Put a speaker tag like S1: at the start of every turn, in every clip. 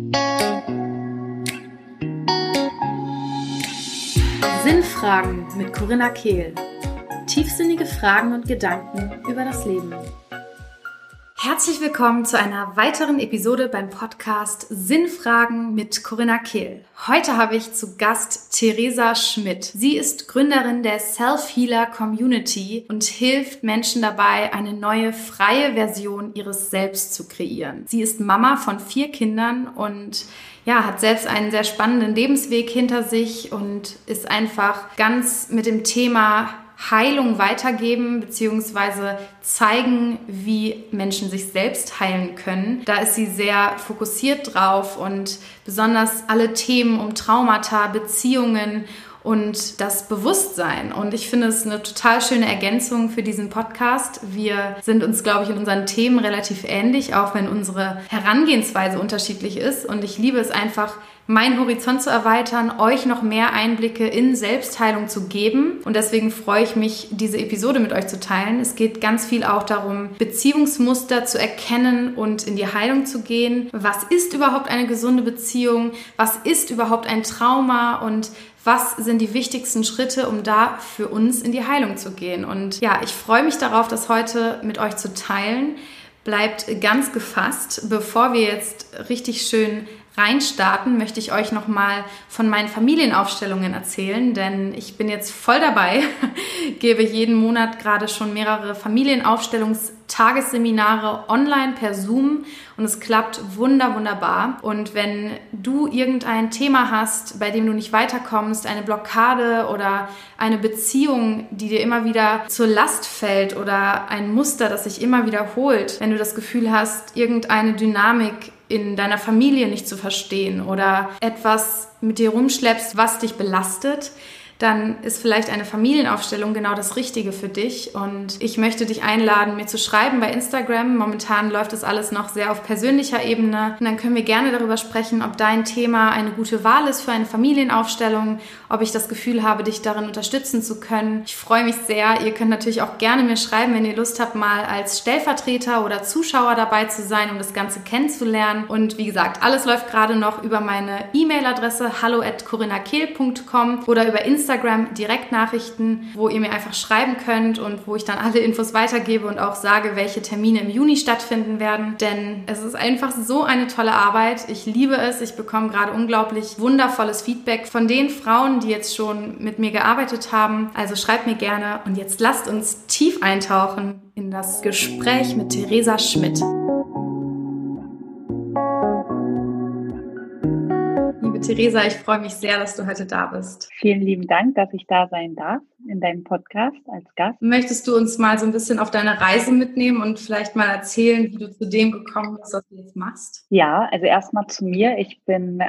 S1: Sinnfragen mit Corinna Kehl. Tiefsinnige Fragen und Gedanken über das Leben. Herzlich willkommen zu einer weiteren Episode beim Podcast Sinnfragen mit Corinna Kehl. Heute habe ich zu Gast Theresa Schmidt. Sie ist Gründerin der Self-Healer Community und hilft Menschen dabei, eine neue, freie Version ihres Selbst zu kreieren. Sie ist Mama von 4 Kindern und hat selbst einen sehr spannenden Lebensweg hinter sich und ist einfach ganz mit dem Thema Heilung weitergeben bzw. zeigen, wie Menschen sich selbst heilen können. Da ist sie sehr fokussiert drauf und besonders alle Themen um Traumata, Beziehungen und das Bewusstsein. Und ich finde es eine total schöne Ergänzung für diesen Podcast. Wir sind uns, glaube ich, in unseren Themen relativ ähnlich, auch wenn unsere Herangehensweise unterschiedlich ist. Und ich liebe es einfach, meinen Horizont zu erweitern, euch noch mehr Einblicke in Selbstheilung zu geben. Und deswegen freue ich mich, diese Episode mit euch zu teilen. Es geht ganz viel auch darum, Beziehungsmuster zu erkennen und in die Heilung zu gehen. Was ist überhaupt eine gesunde Beziehung? Was ist überhaupt ein Trauma? Und was sind die wichtigsten Schritte, um da für uns in die Heilung zu gehen? Und ich freue mich darauf, das heute mit euch zu teilen. Bleibt ganz gefasst. Bevor wir jetzt richtig schön reinstarten, möchte ich euch nochmal von meinen Familienaufstellungen erzählen, denn ich bin jetzt voll dabei, gebe jeden Monat gerade schon mehrere Familienaufstellungstagesseminare online per Zoom und es klappt wunderbar. Und wenn du irgendein Thema hast, bei dem du nicht weiterkommst, eine Blockade oder eine Beziehung, die dir immer wieder zur Last fällt oder ein Muster, das sich immer wiederholt, wenn du das Gefühl hast, irgendeine Dynamik in deiner Familie nicht zu verstehen oder etwas mit dir rumschleppst, was dich belastet, dann ist vielleicht eine Familienaufstellung genau das Richtige für dich. Und ich möchte dich einladen, mir zu schreiben bei Instagram. Momentan läuft das alles noch sehr auf persönlicher Ebene. Und dann können wir gerne darüber sprechen, ob dein Thema eine gute Wahl ist für eine Familienaufstellung, ob ich das Gefühl habe, dich darin unterstützen zu können. Ich freue mich sehr. Ihr könnt natürlich auch gerne mir schreiben, wenn ihr Lust habt, mal als Stellvertreter oder Zuschauer dabei zu sein, um das Ganze kennenzulernen. Und wie gesagt, alles läuft gerade noch über meine E-Mail-Adresse hallo@corinnakehl.com oder über Instagram Direktnachrichten, wo ihr mir einfach schreiben könnt und wo ich dann alle Infos weitergebe und auch sage, welche Termine im Juni stattfinden werden. Denn es ist einfach so eine tolle Arbeit. Ich liebe es. Ich bekomme gerade unglaublich wundervolles Feedback von den Frauen, die jetzt schon mit mir gearbeitet haben. Also schreibt mir gerne. Und jetzt lasst uns tief eintauchen in das Gespräch mit Theresa Schmidt. Theresa, ich freue mich sehr, dass du heute da bist.
S2: Vielen lieben Dank, dass ich da sein darf in deinem Podcast als Gast.
S1: Möchtest du uns mal so ein bisschen auf deine Reise mitnehmen und vielleicht mal erzählen, wie du zu dem gekommen bist, was du jetzt machst?
S2: Ja, also erstmal zu mir. Ich bin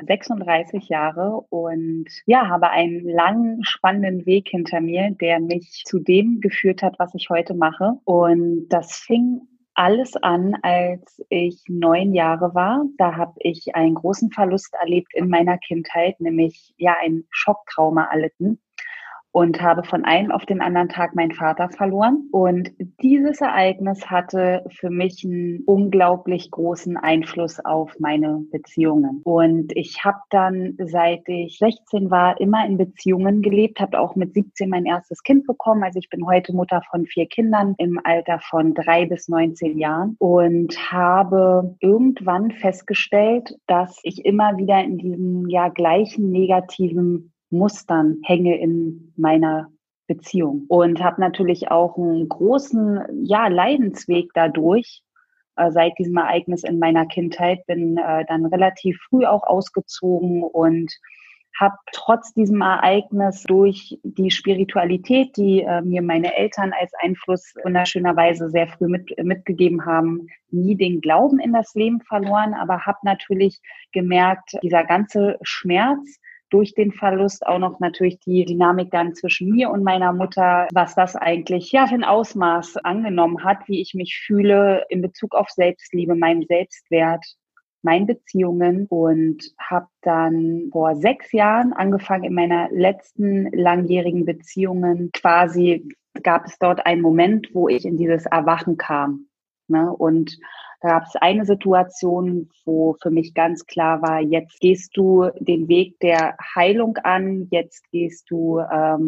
S2: 36 Jahre und habe einen langen, spannenden Weg hinter mir, der mich zu dem geführt hat, was ich heute mache. Und das fing alles an, als ich 9 Jahre war. Da habe ich einen großen Verlust erlebt in meiner Kindheit, nämlich ein Schocktrauma erlitten und habe von einem auf den anderen Tag meinen Vater verloren. Und dieses Ereignis hatte für mich einen unglaublich großen Einfluss auf meine Beziehungen. Und ich habe dann, seit ich 16 war, immer in Beziehungen gelebt, habe auch mit 17 mein erstes Kind bekommen. Also ich bin heute Mutter von 4 Kindern im Alter von 3 bis 19 Jahren und habe irgendwann festgestellt, dass ich immer wieder in diesem gleichen negativen Mustern hänge in meiner Beziehung und habe natürlich auch einen großen Leidensweg dadurch seit diesem Ereignis in meiner Kindheit, bin dann relativ früh auch ausgezogen und habe trotz diesem Ereignis durch die Spiritualität, die mir meine Eltern als Einfluss wunderschönerweise sehr früh mitgegeben haben, nie den Glauben in das Leben verloren, aber habe natürlich gemerkt, dieser ganze Schmerz durch den Verlust, auch noch natürlich die Dynamik dann zwischen mir und meiner Mutter, was das eigentlich für ein Ausmaß angenommen hat, wie ich mich fühle in Bezug auf Selbstliebe, meinen Selbstwert, meinen Beziehungen, und habe dann vor 6 Jahren angefangen, in meiner letzten langjährigen Beziehungen quasi, gab es dort einen Moment, wo ich in dieses Erwachen kam, ne? Und Da gab es eine Situation, wo für mich ganz klar war, jetzt gehst du den Weg der Heilung an, jetzt gehst du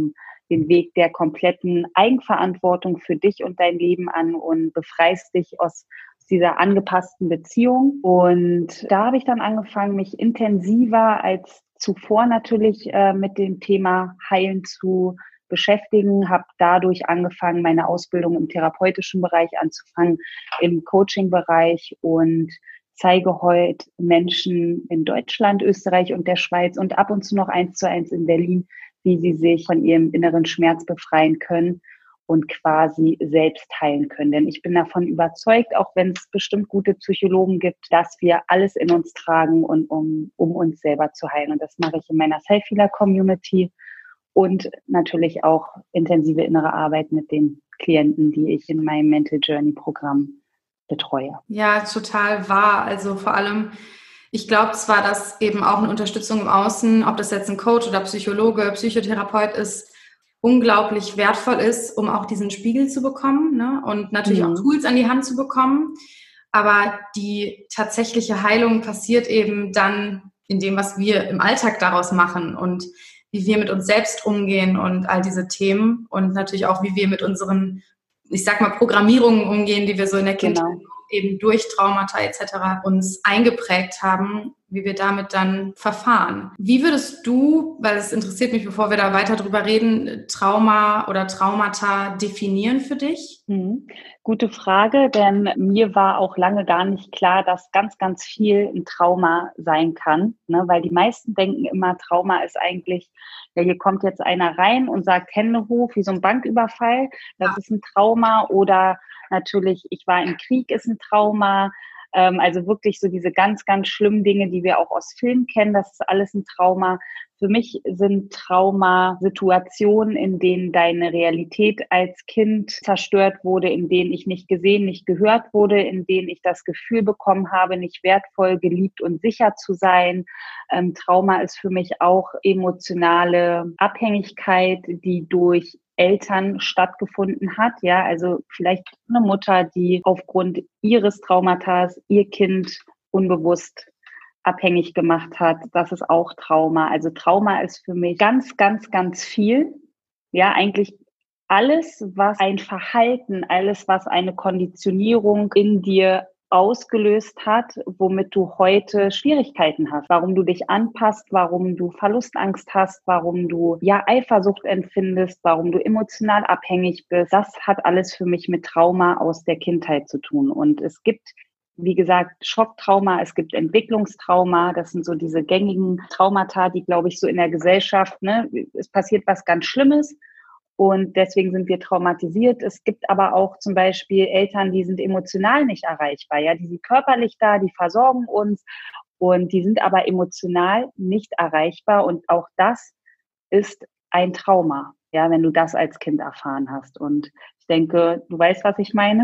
S2: den Weg der kompletten Eigenverantwortung für dich und dein Leben an und befreist dich aus dieser angepassten Beziehung. Und da habe ich dann angefangen, mich intensiver als zuvor natürlich mit dem Thema Heilen zu beschäftigen, habe dadurch angefangen, meine Ausbildung im therapeutischen Bereich anzufangen, im Coaching-Bereich und zeige heute Menschen in Deutschland, Österreich und der Schweiz und ab und zu noch 1:1 in Berlin, wie sie sich von ihrem inneren Schmerz befreien können und quasi selbst heilen können. Denn ich bin davon überzeugt, auch wenn es bestimmt gute Psychologen gibt, dass wir alles in uns tragen, und um uns selber zu heilen. Und das mache ich in meiner Self-Healer-Community und natürlich auch intensive innere Arbeit mit den Klienten, die ich in meinem Mental Journey Programm betreue.
S1: Ja, total wahr. Also vor allem, ich glaube zwar, dass eben auch eine Unterstützung im Außen, ob das jetzt ein Coach oder Psychologe, Psychotherapeut ist, unglaublich wertvoll ist, um auch diesen Spiegel zu bekommen, ne? Und natürlich auch Tools an die Hand zu bekommen. Aber die tatsächliche Heilung passiert eben dann in dem, was wir im Alltag daraus machen und wie wir mit uns selbst umgehen und all diese Themen und natürlich auch, wie wir mit unseren, ich sag mal, Programmierungen umgehen, die wir so in der Kindheit eben durch Traumata etc. uns eingeprägt haben, wie wir damit dann verfahren. Wie würdest du, weil es interessiert mich, bevor wir da weiter drüber reden, Trauma oder Traumata definieren für dich?
S2: Gute Frage, denn mir war auch lange gar nicht klar, dass ganz, ganz viel ein Trauma sein kann, ne? Weil die meisten denken immer, Trauma ist eigentlich, ja, hier kommt jetzt einer rein und sagt Hände hoch, wie so ein Banküberfall, das ist ein Trauma, oder natürlich, ich war im Krieg, ist ein Trauma. Also wirklich so diese ganz, ganz schlimmen Dinge, die wir auch aus Filmen kennen, das ist alles ein Trauma. Für mich sind Trauma Situationen, in denen deine Realität als Kind zerstört wurde, in denen ich nicht gesehen, nicht gehört wurde, in denen ich das Gefühl bekommen habe, nicht wertvoll, geliebt und sicher zu sein. Trauma ist für mich auch emotionale Abhängigkeit, die durch Eltern stattgefunden hat, ja, also vielleicht eine Mutter, die aufgrund ihres Traumatas ihr Kind unbewusst abhängig gemacht hat, das ist auch Trauma. Also Trauma ist für mich ganz, ganz, ganz viel, ja, eigentlich alles, was ein Verhalten, alles, was eine Konditionierung in dir ausgelöst hat, womit du heute Schwierigkeiten hast, warum du dich anpasst, warum du Verlustangst hast, warum du ja Eifersucht empfindest, warum du emotional abhängig bist. Das hat alles für mich mit Trauma aus der Kindheit zu tun. Und es gibt, wie gesagt, Schocktrauma, es gibt Entwicklungstrauma, das sind so diese gängigen Traumata, die, glaube ich, so in der Gesellschaft, ne, es passiert was ganz Schlimmes. Und deswegen sind wir traumatisiert. Es gibt aber auch zum Beispiel Eltern, die sind emotional nicht erreichbar. Ja, die sind körperlich da, die versorgen uns und die sind aber emotional nicht erreichbar. Und auch das ist ein Trauma, ja, wenn du das als Kind erfahren hast. Und ich denke, du weißt, was ich meine.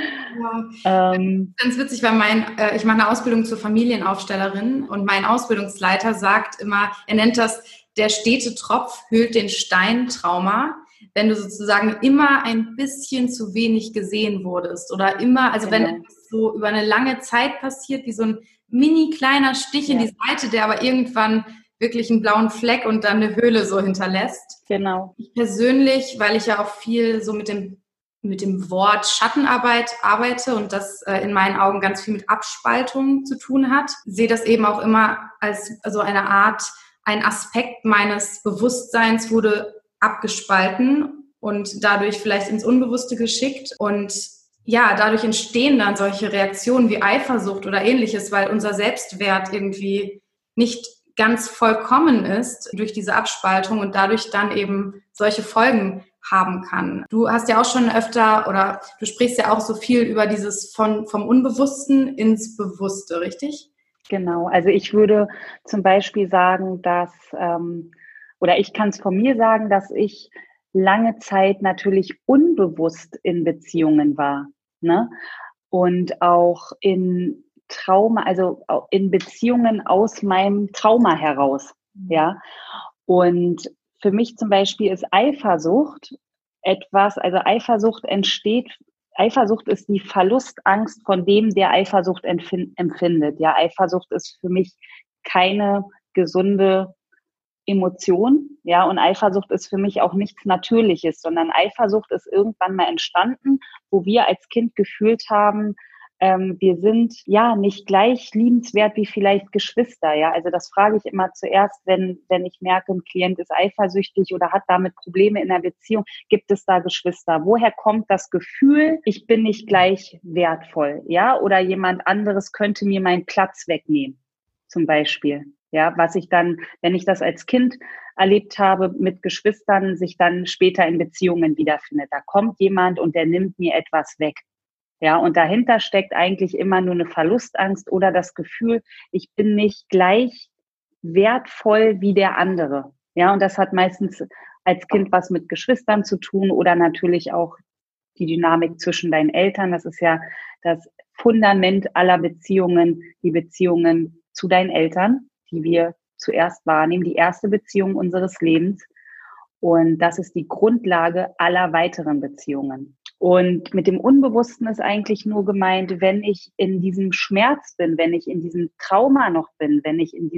S1: Ja. Ganz witzig, weil ich mache eine Ausbildung zur Familienaufstellerin und mein Ausbildungsleiter sagt immer, er nennt das der stete Tropf hüllt den Stein Trauma. Wenn du sozusagen immer ein bisschen zu wenig gesehen wurdest oder immer, also wenn es so über eine lange Zeit passiert, wie so ein mini kleiner Stich in die Seite, der aber irgendwann wirklich einen blauen Fleck und dann eine Höhle so hinterlässt.
S2: Genau.
S1: Ich persönlich, weil ich ja auch viel so mit dem Wort Schattenarbeit arbeite und das in meinen Augen ganz viel mit Abspaltung zu tun hat, sehe das eben auch immer als so eine Art, ein Aspekt meines Bewusstseins wurde abgespalten und dadurch vielleicht ins Unbewusste geschickt. Und ja, dadurch entstehen dann solche Reaktionen wie Eifersucht oder ähnliches, weil unser Selbstwert irgendwie nicht ganz vollkommen ist durch diese Abspaltung und dadurch dann eben solche Folgen haben kann. Du hast ja auch schon öfter oder du sprichst ja auch so viel über dieses vom Unbewussten ins Bewusste, richtig?
S2: Genau, also ich würde zum Beispiel sagen, dass oder ich kann es von mir sagen, dass ich lange Zeit natürlich unbewusst in Beziehungen war, ne? Und auch in Trauma, also in Beziehungen aus meinem Trauma heraus, ja. Und für mich zum Beispiel ist Eifersucht etwas, also Eifersucht entsteht Eifersucht ist die Verlustangst von dem, der Eifersucht empfindet. Ja, Eifersucht ist für mich keine gesunde Emotion. Ja, und Eifersucht ist für mich auch nichts Natürliches, sondern Eifersucht ist irgendwann mal entstanden, wo wir als Kind gefühlt haben, wir sind ja nicht gleich liebenswert wie vielleicht Geschwister. Ja, also das frage ich immer zuerst, wenn ich merke, ein Klient ist eifersüchtig oder hat damit Probleme in der Beziehung. Gibt es da Geschwister? Woher kommt das Gefühl, ich bin nicht gleich wertvoll? Ja, oder jemand anderes könnte mir meinen Platz wegnehmen, zum Beispiel. Ja, was ich dann, wenn ich das als Kind erlebt habe mit Geschwistern, sich dann später in Beziehungen wiederfindet. Da kommt jemand und der nimmt mir etwas weg. Ja, und dahinter steckt eigentlich immer nur eine Verlustangst oder das Gefühl, ich bin nicht gleich wertvoll wie der andere. Ja, und das hat meistens als Kind was mit Geschwistern zu tun oder natürlich auch die Dynamik zwischen deinen Eltern. Das ist ja das Fundament aller Beziehungen, die Beziehungen zu deinen Eltern, die wir zuerst wahrnehmen, die erste Beziehung unseres Lebens. Und das ist die Grundlage aller weiteren Beziehungen. Und mit dem Unbewussten ist eigentlich nur gemeint, wenn ich in diesem Schmerz bin, wenn ich in diesem Trauma noch bin, wenn ich in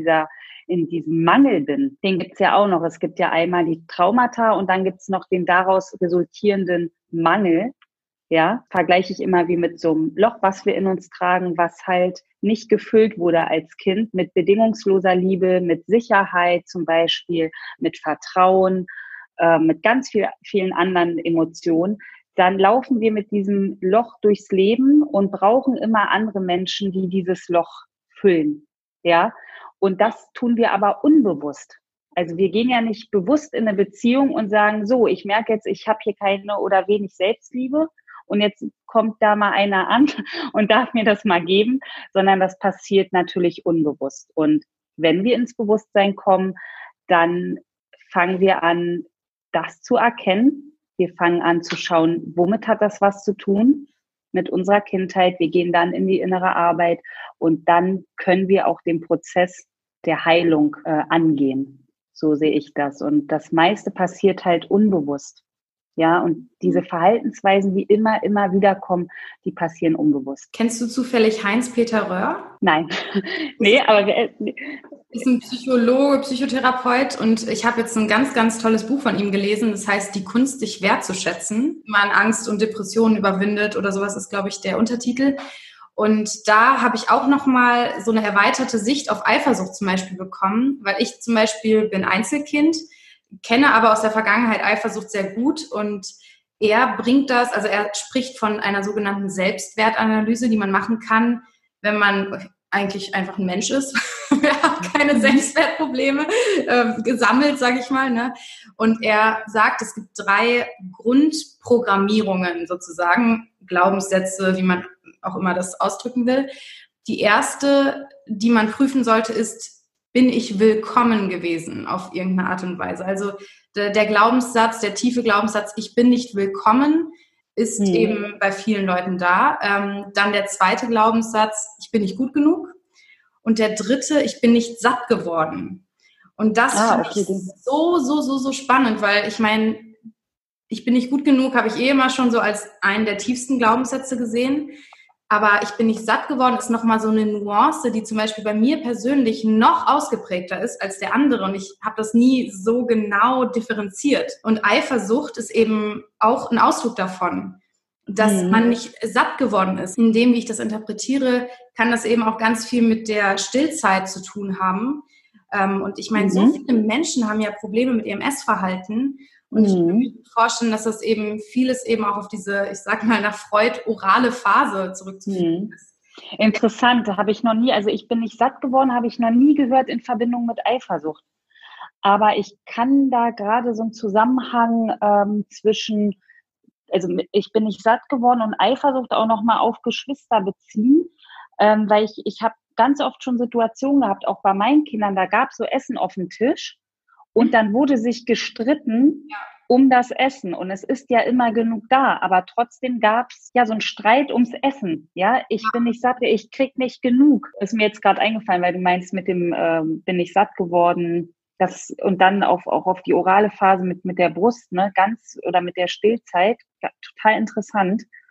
S2: diesem Mangel bin. Den gibt's ja auch noch. Es gibt ja einmal die Traumata und dann gibt's noch den daraus resultierenden Mangel. Ja, vergleiche ich immer wie mit so einem Loch, was wir in uns tragen, was halt nicht gefüllt wurde als Kind mit bedingungsloser Liebe, mit Sicherheit zum Beispiel, mit Vertrauen, mit ganz vielen anderen Emotionen. Dann laufen wir mit diesem Loch durchs Leben und brauchen immer andere Menschen, die dieses Loch füllen. Ja, und das tun wir aber unbewusst. Also wir gehen ja nicht bewusst in eine Beziehung und sagen, so, ich merke jetzt, ich habe hier keine oder wenig Selbstliebe und jetzt kommt da mal einer an und darf mir das mal geben, sondern das passiert natürlich unbewusst. Und wenn wir ins Bewusstsein kommen, dann fangen wir an, das zu erkennen. Wir fangen an zu schauen, womit hat das was zu tun mit unserer Kindheit. Wir gehen dann in die innere Arbeit und dann können wir auch den Prozess der Heilung angehen. So sehe ich das. Und das meiste passiert halt unbewusst. Ja, und diese Verhaltensweisen, die immer wieder kommen, die passieren unbewusst.
S1: Kennst du zufällig Heinz-Peter Röhr?
S2: Nein. Nee, aber
S1: ist ein Psychologe, Psychotherapeut und ich habe jetzt ein ganz, ganz tolles Buch von ihm gelesen. Das heißt, Die Kunst, dich wertzuschätzen. Wie man Angst und Depressionen überwindet oder sowas ist, glaube ich, der Untertitel. Und da habe ich auch nochmal so eine erweiterte Sicht auf Eifersucht zum Beispiel bekommen, weil ich zum Beispiel bin Einzelkind, kenne aber aus der Vergangenheit Eifersucht sehr gut und er bringt das, also er spricht von einer sogenannten Selbstwertanalyse, die man machen kann, wenn man eigentlich einfach ein Mensch ist. Er hat keine Selbstwertprobleme gesammelt, sage ich mal. Ne? Und er sagt, es gibt 3 Grundprogrammierungen sozusagen, Glaubenssätze, wie man auch immer das ausdrücken will. Die erste, die man prüfen sollte, ist, bin ich willkommen gewesen auf irgendeine Art und Weise? Also der Glaubenssatz, der tiefe Glaubenssatz, ich bin nicht willkommen, ist eben bei vielen Leuten da. Dann der zweite Glaubenssatz, ich bin nicht gut genug. Und der dritte, ich bin nicht satt geworden. Und das finde ich so spannend, weil ich meine, ich bin nicht gut genug, habe ich immer schon so als einen der tiefsten Glaubenssätze gesehen. Aber ich bin nicht satt geworden, ist nochmal so eine Nuance, die zum Beispiel bei mir persönlich noch ausgeprägter ist als der andere. Und ich habe das nie so genau differenziert. Und Eifersucht ist eben auch ein Ausdruck davon, dass man nicht satt geworden ist. In dem, wie ich das interpretiere, kann das eben auch ganz viel mit der Stillzeit zu tun haben. Und ich meine, so viele Menschen haben ja Probleme mit ihrem Essverhalten. Und ich kann mir vorstellen, dass das eben vieles eben auch auf diese, ich sag mal, nach Freud orale Phase zurückzuführen ist.
S2: Interessant, habe ich noch nie, also ich bin nicht satt geworden, habe ich noch nie gehört in Verbindung mit Eifersucht. Aber ich kann da gerade so einen Zusammenhang zwischen, also ich bin nicht satt geworden und Eifersucht auch nochmal auf Geschwister beziehen, weil ich habe ganz oft schon Situationen gehabt, auch bei meinen Kindern, da gab es so Essen auf dem Tisch. Und dann wurde sich gestritten um das Essen. Und es ist ja immer genug da. Aber trotzdem gab es ja so einen Streit ums Essen. Ja, ich bin nicht satt, ich krieg nicht genug. Ist mir jetzt gerade eingefallen, weil du meinst mit dem bin ich satt geworden. Und dann auch auf die orale Phase mit der Brust, ne, ganz oder mit der Stillzeit. Ja, total interessant.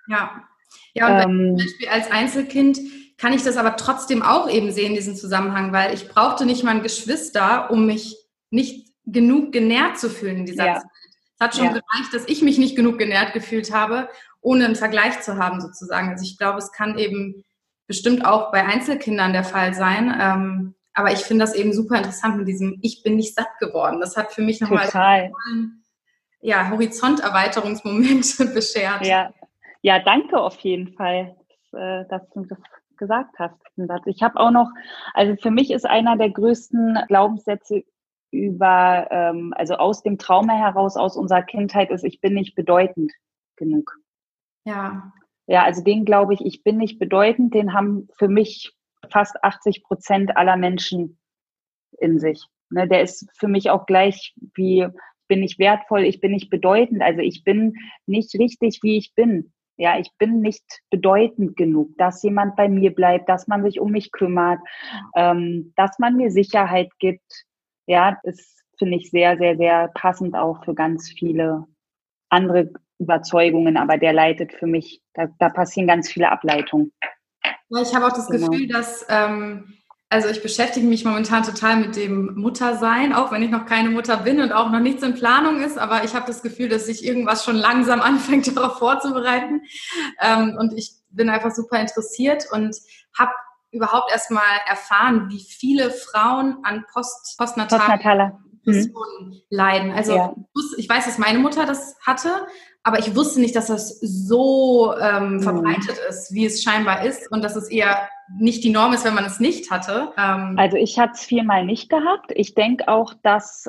S1: Ja. Ja, und zum Beispiel als Einzelkind kann ich das aber trotzdem auch eben sehen, diesen Zusammenhang, weil ich brauchte nicht mal ein Geschwister, um mich nicht genug genährt zu fühlen in dieser
S2: Ja,
S1: Zeit. Es hat schon
S2: ja,
S1: gereicht, dass ich mich nicht genug genährt gefühlt habe, ohne einen Vergleich zu haben sozusagen. Also ich glaube, es kann eben bestimmt auch bei Einzelkindern der Fall sein. Aber ich finde das eben super interessant mit diesem Ich bin nicht satt geworden. Das hat für mich nochmal so
S2: total.
S1: einen ja, Horizonterweiterungsmoment beschert.
S2: Ja, ja, danke auf jeden Fall, dass du das gesagt hast. Ich habe auch noch, also für mich ist einer der größten Glaubenssätze also aus dem Trauma heraus, aus unserer Kindheit ist, ich bin nicht bedeutend genug.
S1: Ja,
S2: Ja, also den glaube ich bin nicht bedeutend, den haben für mich fast 80% aller Menschen in sich. Ne, der ist für mich auch gleich wie, ich bin nicht wertvoll, ich bin nicht bedeutend, also ich bin nicht richtig, wie ich bin. Ja, ich bin nicht bedeutend genug, dass jemand bei mir bleibt, dass man sich um mich kümmert, dass man mir Sicherheit gibt. Ja, das finde ich sehr, sehr, sehr passend auch für ganz viele andere Überzeugungen, aber der leitet für mich, da passieren ganz viele Ableitungen.
S1: ja, ich habe auch das
S2: Genau.
S1: Gefühl, dass, also ich beschäftige mich momentan total mit dem Muttersein, auch wenn ich noch keine Mutter bin und auch noch nichts in Planung ist, aber ich habe das Gefühl, dass sich irgendwas schon langsam anfängt, darauf vorzubereiten. Und ich bin einfach super interessiert und habe überhaupt erstmal erfahren, wie viele Frauen an postnatalen
S2: Postnataler.
S1: Depressionen leiden. Also
S2: Ja.
S1: ich weiß, dass meine Mutter das hatte, aber ich wusste nicht, dass das so verbreitet ist, wie es scheinbar ist und dass es eher nicht die Norm ist, wenn man es nicht hatte.
S2: Also ich hatte es viermal nicht gehabt. Ich denke auch, dass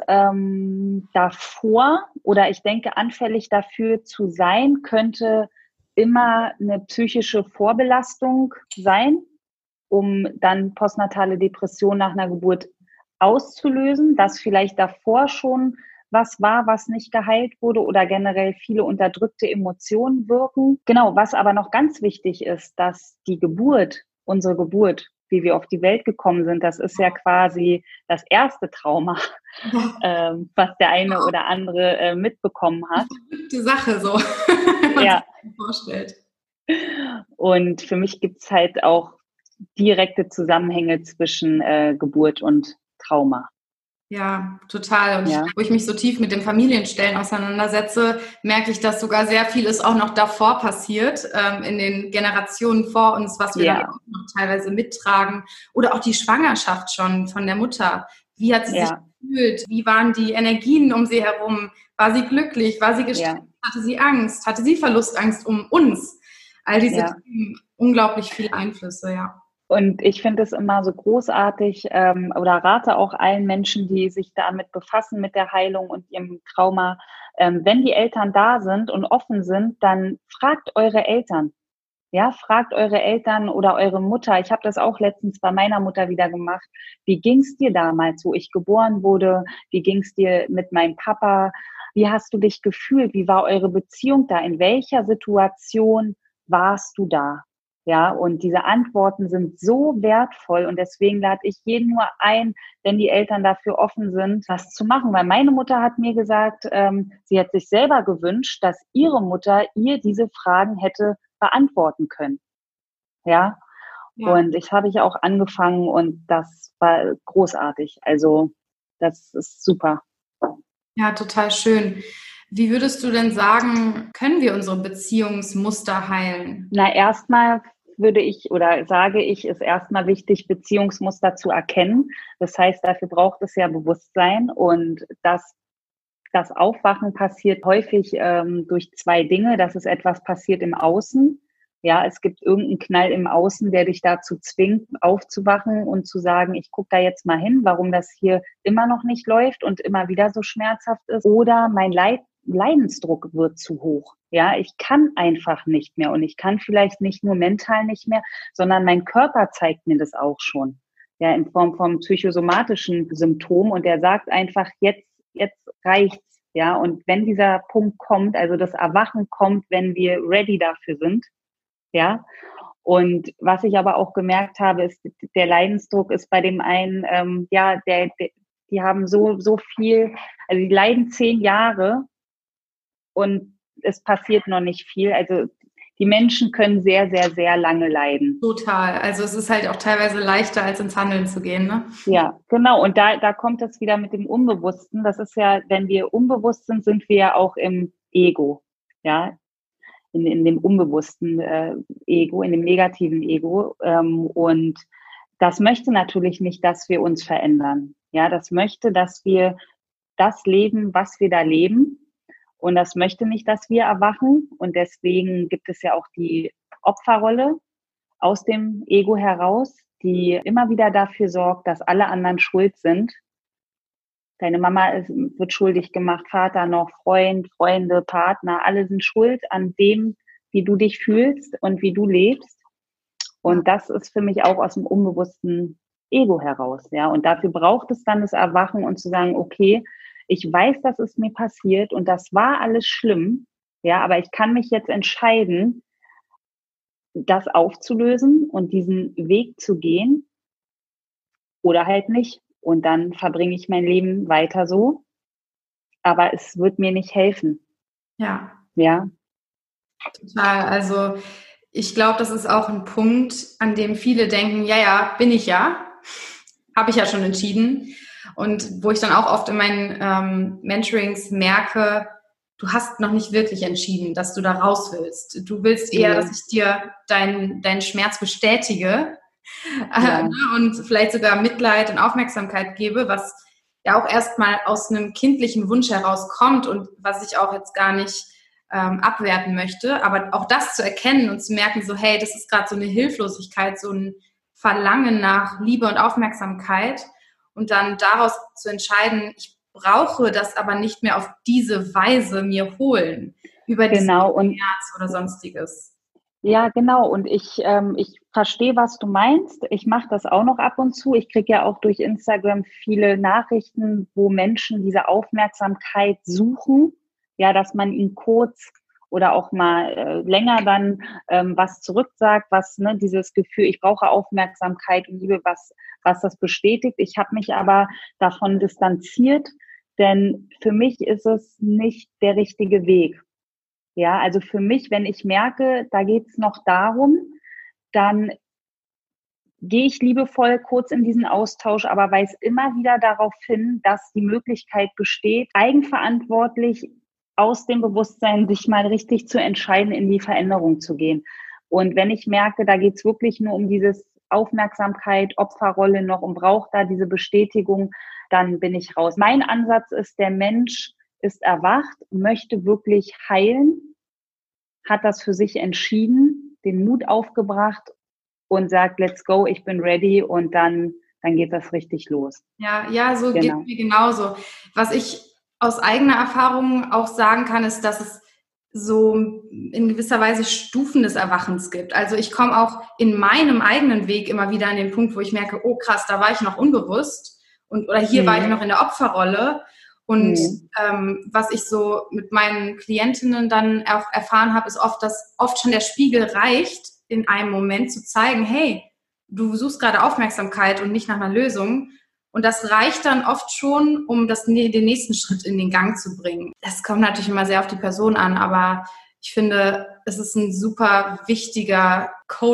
S2: davor oder ich denke, anfällig dafür zu sein, könnte immer eine psychische Vorbelastung sein, um dann postnatale Depression nach einer Geburt auszulösen, dass vielleicht davor schon was war, was nicht geheilt wurde oder generell viele unterdrückte Emotionen wirken. Genau, was aber noch ganz wichtig ist, dass die Geburt, unsere Geburt, wie wir auf die Welt gekommen sind, das ist ja quasi das erste Trauma, was der eine oder andere mitbekommen hat.
S1: Verrückte Sache, so, wenn man sich
S2: Ja,
S1: das vorstellt.
S2: und für mich gibt's halt auch direkte Zusammenhänge zwischen Geburt und Trauma.
S1: Ja, total. Und
S2: Ja,
S1: wo ich mich so tief mit dem Familienstellen auseinandersetze, merke ich, dass sogar sehr vieles auch noch davor passiert, in den Generationen vor uns, was wir dann
S2: ja,
S1: auch noch teilweise mittragen. Oder auch die Schwangerschaft schon von der Mutter. Wie hat sie sich
S2: ja,
S1: gefühlt? Wie waren die Energien um sie herum? War sie glücklich? War sie gestresst?
S2: ja,
S1: Hatte sie Angst? Hatte sie Verlustangst um uns? All diese
S2: ja.
S1: Themen, unglaublich viele Einflüsse, ja.
S2: Und ich finde es immer so großartig oder rate auch allen Menschen, die sich damit befassen, mit der Heilung und ihrem Trauma, wenn die Eltern da sind und offen sind, dann fragt eure Eltern. Ja, fragt eure Eltern oder eure Mutter. Ich habe das auch letztens bei meiner Mutter wieder gemacht. Wie ging's dir damals, wo ich geboren wurde? Wie ging's dir mit meinem Papa? Wie hast du dich gefühlt? Wie war eure Beziehung da? In welcher Situation warst du da? Ja, und diese Antworten sind so wertvoll und deswegen lade ich jeden nur ein, wenn die Eltern dafür offen sind, was zu machen. Weil meine Mutter hat mir gesagt, sie hat sich selber gewünscht, dass ihre Mutter ihr diese Fragen hätte beantworten können. Ja,
S1: Ja,
S2: und ich habe ich auch angefangen und das war großartig. Also das ist super.
S1: ja, total schön. Wie würdest du denn sagen, können wir unsere Beziehungsmuster heilen?
S2: Na, erstmal würde ich oder sage ich, ist erstmal wichtig, Beziehungsmuster zu erkennen. Das heißt, dafür braucht es ja Bewusstsein und das Aufwachen passiert häufig durch zwei Dinge. Dass es etwas passiert im Außen. Ja, es gibt irgendeinen Knall im Außen, der dich dazu zwingt, aufzuwachen und zu sagen, ich gucke da jetzt mal hin, warum das hier immer noch nicht läuft und immer wieder so schmerzhaft ist. Oder mein Leidensdruck wird zu hoch. Ja, ich kann einfach nicht mehr und ich kann vielleicht nicht nur mental nicht mehr, sondern mein Körper zeigt mir das auch schon. Ja, in Form vom psychosomatischen Symptom und der sagt einfach, jetzt reicht's, ja. Und wenn dieser Punkt kommt, also das Erwachen kommt, wenn wir ready dafür sind, ja. Und was ich aber auch gemerkt habe, ist, der Leidensdruck ist bei dem einen, ja, die haben so viel, also die leiden 10 Jahre und es passiert noch nicht viel. Also die Menschen können sehr, sehr, sehr lange leiden.
S1: Total. Also es ist halt auch teilweise leichter, als ins Handeln zu gehen, ne?
S2: Ja, genau. Und da kommt das wieder mit dem Unbewussten. Das ist ja, wenn wir unbewusst sind, sind wir ja auch im Ego. Ja, in dem unbewussten Ego, in dem negativen Ego. Und das möchte natürlich nicht, dass wir uns verändern. Ja, das möchte, dass wir das leben, was wir da leben. Und das möchte nicht, dass wir erwachen. Und deswegen gibt es ja auch die Opferrolle aus dem Ego heraus, die immer wieder dafür sorgt, dass alle anderen schuld sind. Deine Mama wird schuldig gemacht, Vater noch, Freund, Freunde, Partner, alle sind schuld an dem, wie du dich fühlst und wie du lebst. Und das ist für mich auch aus dem unbewussten Ego heraus. Ja, und dafür braucht es dann das Erwachen und zu sagen, okay, ich weiß, dass es mir passiert und das war alles schlimm. Ja, aber ich kann mich jetzt entscheiden, das aufzulösen und diesen Weg zu gehen oder halt nicht. Und dann verbringe ich mein Leben weiter so. Aber es wird mir nicht helfen.
S1: Ja.
S2: Ja.
S1: Total. Also ich glaube, das ist auch ein Punkt, an dem viele denken, ja, bin ich ja, habe ich ja schon entschieden. Und wo ich dann auch oft in meinen Mentorings merke, du hast noch nicht wirklich entschieden, dass du da raus willst. Du willst eher, dass ich dir deinen Schmerz bestätige und vielleicht sogar Mitleid und Aufmerksamkeit gebe, was ja auch erstmal aus einem kindlichen Wunsch herauskommt und was ich auch jetzt gar nicht abwerten möchte. Aber auch das zu erkennen und zu merken, so hey, das ist gerade so eine Hilflosigkeit, so ein Verlangen nach Liebe und Aufmerksamkeit und dann daraus zu entscheiden, ich brauche das aber nicht mehr auf diese Weise mir holen, über diesen Schmerz oder Sonstiges.
S2: Ja, genau. Und ich verstehe, was du meinst. Ich mache das auch noch ab und zu. Ich kriege ja auch durch Instagram viele Nachrichten, wo Menschen diese Aufmerksamkeit suchen. Ja, dass man ihnen kurz oder auch mal länger dann was zurücksagt, was dieses Gefühl, ich brauche Aufmerksamkeit und Liebe, was das bestätigt. Ich habe mich aber davon distanziert, denn für mich ist es nicht der richtige Weg. Ja, also für mich, wenn ich merke, da geht's noch darum, dann gehe ich liebevoll kurz in diesen Austausch, aber weise immer wieder darauf hin, dass die Möglichkeit besteht, eigenverantwortlich aus dem Bewusstsein sich mal richtig zu entscheiden, in die Veränderung zu gehen. Und wenn ich merke, da geht's wirklich nur um dieses Aufmerksamkeit, Opferrolle noch und braucht da diese Bestätigung, dann bin ich raus. Mein Ansatz ist, der Mensch ist erwacht, möchte wirklich heilen, hat das für sich entschieden, den Mut aufgebracht und sagt, let's go, ich bin ready und dann geht das richtig los.
S1: Ja, so geht es mir genauso. Was ich aus eigener Erfahrung auch sagen kann, ist, dass es so in gewisser Weise Stufen des Erwachens gibt. Also ich komme auch in meinem eigenen Weg immer wieder an den Punkt, wo ich merke, oh krass, da war ich noch unbewusst oder hier war ich noch in der Opferrolle. Und was ich so mit meinen Klientinnen dann auch erfahren habe, ist oft, dass oft schon der Spiegel reicht, in einem Moment zu zeigen, hey, du suchst gerade Aufmerksamkeit und nicht nach einer Lösung. Und das reicht dann oft schon, um den nächsten Schritt in den Gang zu bringen. Das kommt natürlich immer sehr auf die Person an, aber ich finde, es ist ein super wichtiger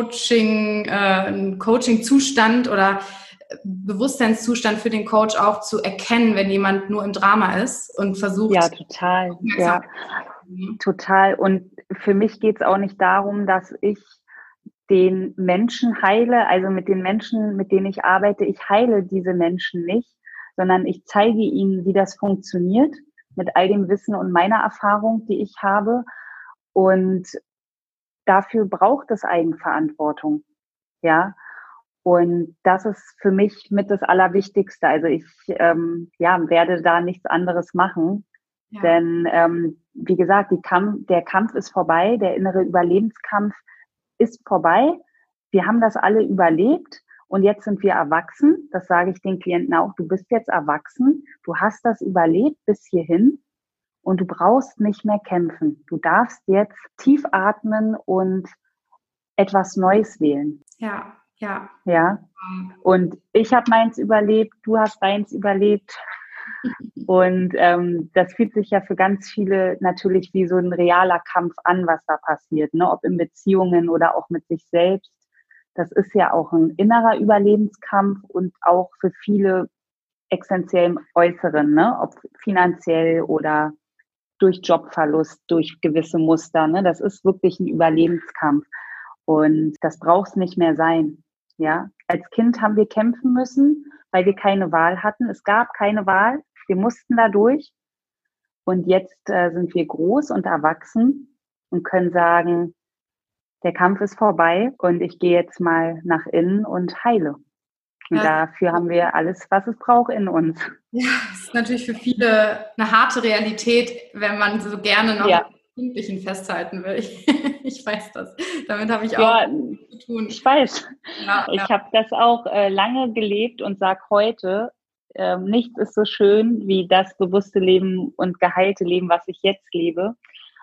S1: Coaching-Zustand oder Bewusstseinszustand für den Coach auch zu erkennen, wenn jemand nur im Drama ist und versucht.
S2: Ja, total. Ja, total. Und für mich geht es auch nicht darum, dass ich den Menschen heile, also mit den Menschen, mit denen ich arbeite, ich heile diese Menschen nicht, sondern ich zeige ihnen, wie das funktioniert, mit all dem Wissen und meiner Erfahrung, die ich habe. Und dafür braucht es Eigenverantwortung. Ja. Und das ist für mich mit das Allerwichtigste. Also ich werde da nichts anderes machen. Ja. Denn wie gesagt, der Kampf ist vorbei, der innere Überlebenskampf ist vorbei. Wir haben das alle überlebt und jetzt sind wir erwachsen. Das sage ich den Klienten auch. Du bist jetzt erwachsen. Du hast das überlebt bis hierhin und du brauchst nicht mehr kämpfen. Du darfst jetzt tief atmen und etwas Neues wählen.
S1: Ja.
S2: Und ich habe meins überlebt, du hast deins überlebt. Und das fühlt sich ja für ganz viele natürlich wie so ein realer Kampf an, was da passiert, ne? Ob in Beziehungen oder auch mit sich selbst. Das ist ja auch ein innerer Überlebenskampf und auch für viele essentiell im Äußeren, ne? Ob finanziell oder durch Jobverlust, durch gewisse Muster, ne? Das ist wirklich ein Überlebenskampf. Und das braucht es nicht mehr sein. Ja, als Kind haben wir kämpfen müssen, weil wir keine Wahl hatten. Es gab keine Wahl. Wir mussten da durch. Und jetzt sind wir groß und erwachsen und können sagen, der Kampf ist vorbei und ich gehe jetzt mal nach innen und heile. Und
S1: Ja,
S2: dafür haben wir alles, was es braucht in uns.
S1: ja, es ist natürlich für viele eine harte Realität, wenn man so gerne noch
S2: Ja.
S1: am Kindlichen festhalten will. Ich weiß das. Damit habe ich auch
S2: Ja,
S1: zu tun.
S2: ich weiß.
S1: Ja,
S2: Ich habe das auch lange gelebt und sage heute, nichts ist so schön wie das bewusste Leben und geheilte Leben, was ich jetzt lebe.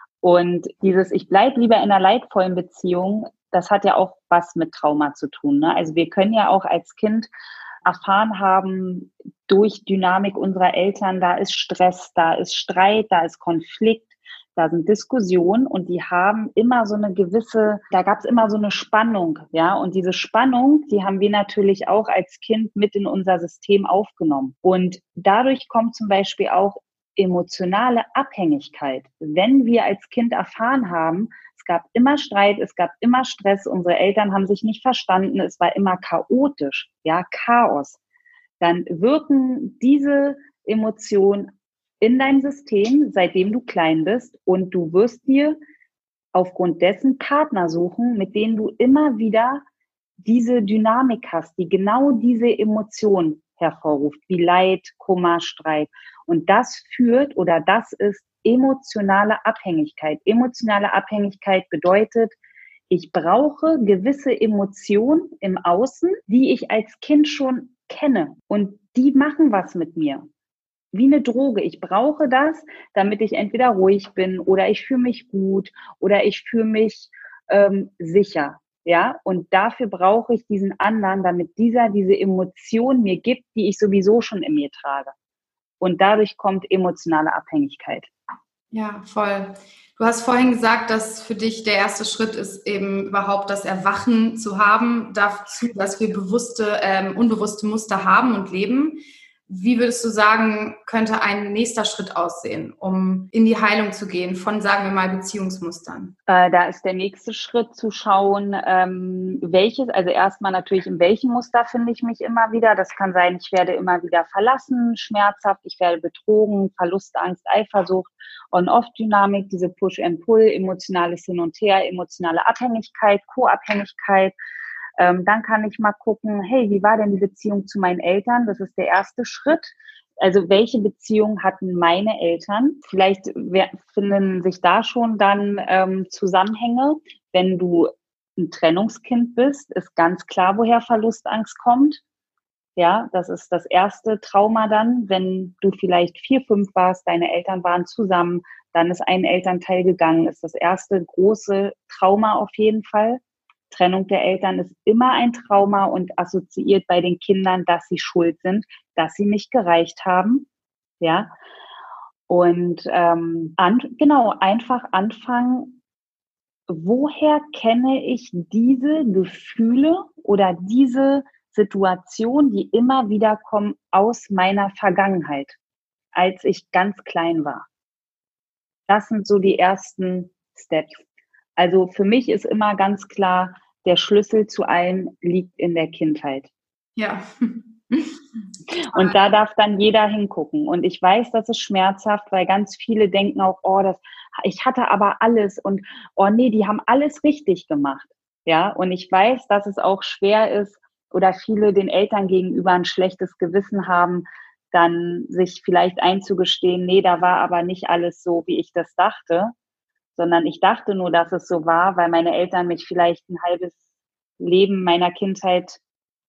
S2: Und dieses, ich bleibe lieber in einer leidvollen Beziehung, das hat ja auch was mit Trauma zu tun. Ne? Also wir können ja auch als Kind erfahren haben, durch Dynamik unserer Eltern, da ist Stress, da ist Streit, da ist Konflikt, da sind Diskussionen und die haben immer so eine gewisse, da gab es immer so eine Spannung, ja, und diese Spannung, die haben wir natürlich auch als Kind mit in unser System aufgenommen. Und dadurch kommt zum Beispiel auch emotionale Abhängigkeit. Wenn wir als Kind erfahren haben, es gab immer Streit, es gab immer Stress, unsere Eltern haben sich nicht verstanden, es war immer chaotisch, ja, Chaos, dann wirken diese Emotionen in dein System, seitdem du klein bist, und du wirst dir aufgrund dessen Partner suchen, mit denen du immer wieder diese Dynamik hast, die genau diese Emotion hervorruft, wie Leid, Kummer, Streit. Und das führt oder das ist emotionale Abhängigkeit. Emotionale Abhängigkeit bedeutet, ich brauche gewisse Emotionen im Außen, die ich als Kind schon kenne. Und die machen was mit mir. Wie eine Droge. Ich brauche das, damit ich entweder ruhig bin oder ich fühle mich gut oder ich fühle mich sicher. Ja, und dafür brauche ich diesen anderen, damit dieser diese Emotion mir gibt, die ich sowieso schon in mir trage. Und dadurch kommt emotionale Abhängigkeit.
S1: ja, voll. Du hast vorhin gesagt, dass für dich der erste Schritt ist, eben überhaupt das Erwachen zu haben, dazu, dass wir unbewusste Muster haben und leben. Wie würdest du sagen, könnte ein nächster Schritt aussehen, um in die Heilung zu gehen von, sagen wir mal, Beziehungsmustern?
S2: Da ist der nächste Schritt zu schauen, welches, also erstmal natürlich, in welchem Muster finde ich mich immer wieder. Das kann sein, ich werde immer wieder verlassen, schmerzhaft, ich werde betrogen, Verlustangst, Eifersucht, On-Off-Dynamik, diese Push-and-Pull, emotionales Hin und Her, emotionale Abhängigkeit, Co-Abhängigkeit. Dann kann ich mal gucken, hey, wie war denn die Beziehung zu meinen Eltern? Das ist der erste Schritt. Also welche Beziehung hatten meine Eltern? Vielleicht finden sich da schon dann Zusammenhänge. Wenn du ein Trennungskind bist, ist ganz klar, woher Verlustangst kommt. Ja, das ist das erste Trauma dann. Wenn du vielleicht 4, 5 warst, deine Eltern waren zusammen, dann ist ein Elternteil gegangen, ist das erste große Trauma auf jeden Fall. Trennung der Eltern ist immer ein Trauma und assoziiert bei den Kindern, dass sie schuld sind, dass sie nicht gereicht haben. Ja. Und genau, einfach anfangen, woher kenne ich diese Gefühle oder diese Situation, die immer wieder kommen aus meiner Vergangenheit, als ich ganz klein war. Das sind so die ersten Steps. Also für mich ist immer ganz klar, der Schlüssel zu allem liegt in der Kindheit.
S1: Ja.
S2: Und da darf dann jeder hingucken. Und ich weiß, das ist schmerzhaft, weil ganz viele denken auch, ich hatte aber alles und oh nee, die haben alles richtig gemacht. Ja, und ich weiß, dass es auch schwer ist oder viele den Eltern gegenüber ein schlechtes Gewissen haben, dann sich vielleicht einzugestehen, nee, da war aber nicht alles so, wie ich das dachte, sondern ich dachte nur, dass es so war, weil meine Eltern mich vielleicht ein halbes Leben meiner Kindheit